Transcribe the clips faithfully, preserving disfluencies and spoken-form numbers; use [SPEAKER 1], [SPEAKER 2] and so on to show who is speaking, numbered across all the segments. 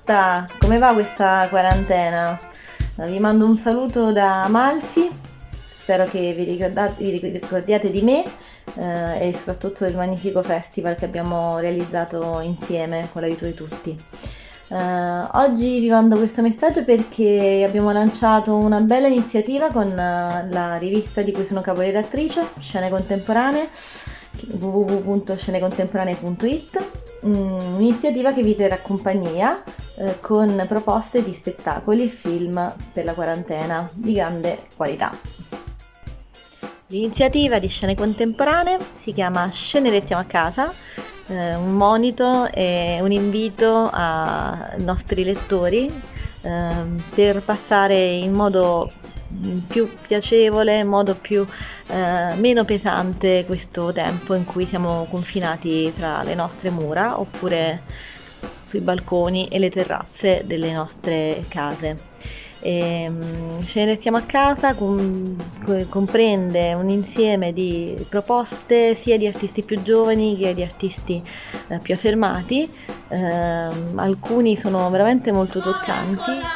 [SPEAKER 1] sta? Come va questa quarantena? Vi mando un saluto da Amalfi, spero che vi ricordate, vi ricordiate di me eh, e soprattutto del magnifico festival che abbiamo realizzato insieme con l'aiuto di tutti. Uh, oggi vi mando questo messaggio perché abbiamo lanciato una bella iniziativa con uh, la rivista di cui sono caporedattrice, Scene Contemporanee, w w w punto scene contemporanee punto i t, um, un'iniziativa che vi terrà compagnia uh, con proposte di spettacoli e film per la quarantena di grande qualità. L'iniziativa di Scene Contemporanee si chiama Scene Restiamo a Casa, eh, un monito e un invito ai nostri lettori eh, per passare in modo più piacevole, in modo più eh, meno pesante questo tempo in cui siamo confinati tra le nostre mura oppure sui balconi e le terrazze delle nostre case. E, ce ne restiamo a casa com, comprende un insieme di proposte sia di artisti più giovani che di artisti eh, più affermati, eh, alcuni sono veramente molto toccanti.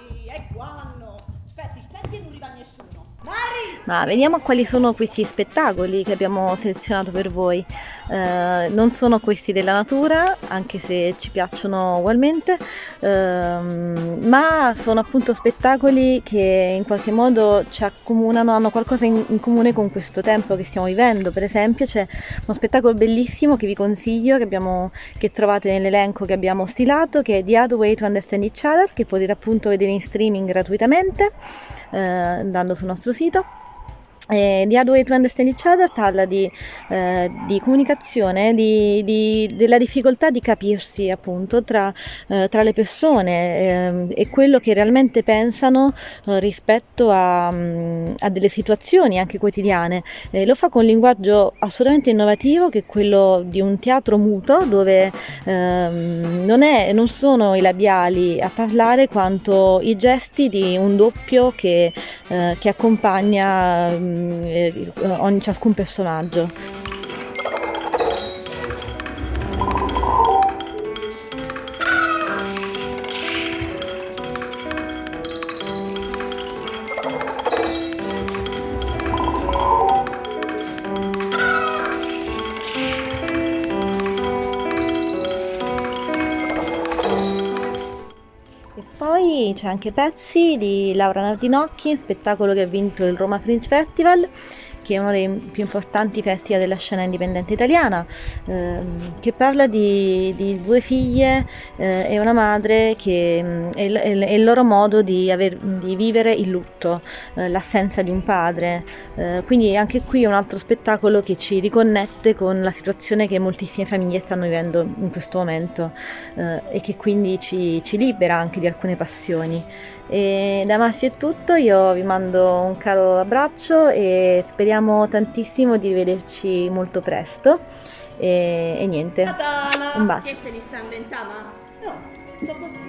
[SPEAKER 1] Ma veniamo a quali sono questi spettacoli che abbiamo selezionato per voi. Eh, non sono questi della natura, anche se ci piacciono ugualmente, ehm, ma sono appunto spettacoli che in qualche modo ci accomunano, hanno qualcosa in, in comune con questo tempo che stiamo vivendo. Per esempio c'è uno spettacolo bellissimo che vi consiglio, che, abbiamo, che trovate nell'elenco che abbiamo stilato, che è The Other Way to Understand Each Other, che potete appunto vedere in streaming gratuitamente eh, andando sul nostro sito. Eh, The Other Way to Understand Each Other parla di, eh, di comunicazione, di, di, della difficoltà di capirsi appunto tra, eh, tra le persone eh, e quello che realmente pensano eh, rispetto a, a delle situazioni anche quotidiane. Eh, lo fa con un linguaggio assolutamente innovativo, che è quello di un teatro muto, dove eh, non, è, non sono i labiali a parlare quanto i gesti di un doppio che, eh, che accompagna ogni ciascun personaggio. Poi c'è anche Pezzi di Laura Nardinocchi, spettacolo che ha vinto il Roma Fringe Festival, che è uno dei più importanti festival della scena indipendente italiana, ehm, che parla di, di due figlie eh, e una madre che è, è il loro modo di, aver, di vivere il lutto, eh, l'assenza di un padre. Eh, quindi anche qui è un altro spettacolo che ci riconnette con la situazione che moltissime famiglie stanno vivendo in questo momento eh, e che quindi ci, ci libera anche di alcune passioni. E da Marci è tutto, io vi mando un caro abbraccio e speriamo tantissimo di rivederci molto presto e, e niente, un bacio.
[SPEAKER 2] Che te li sta inventando? No, so così.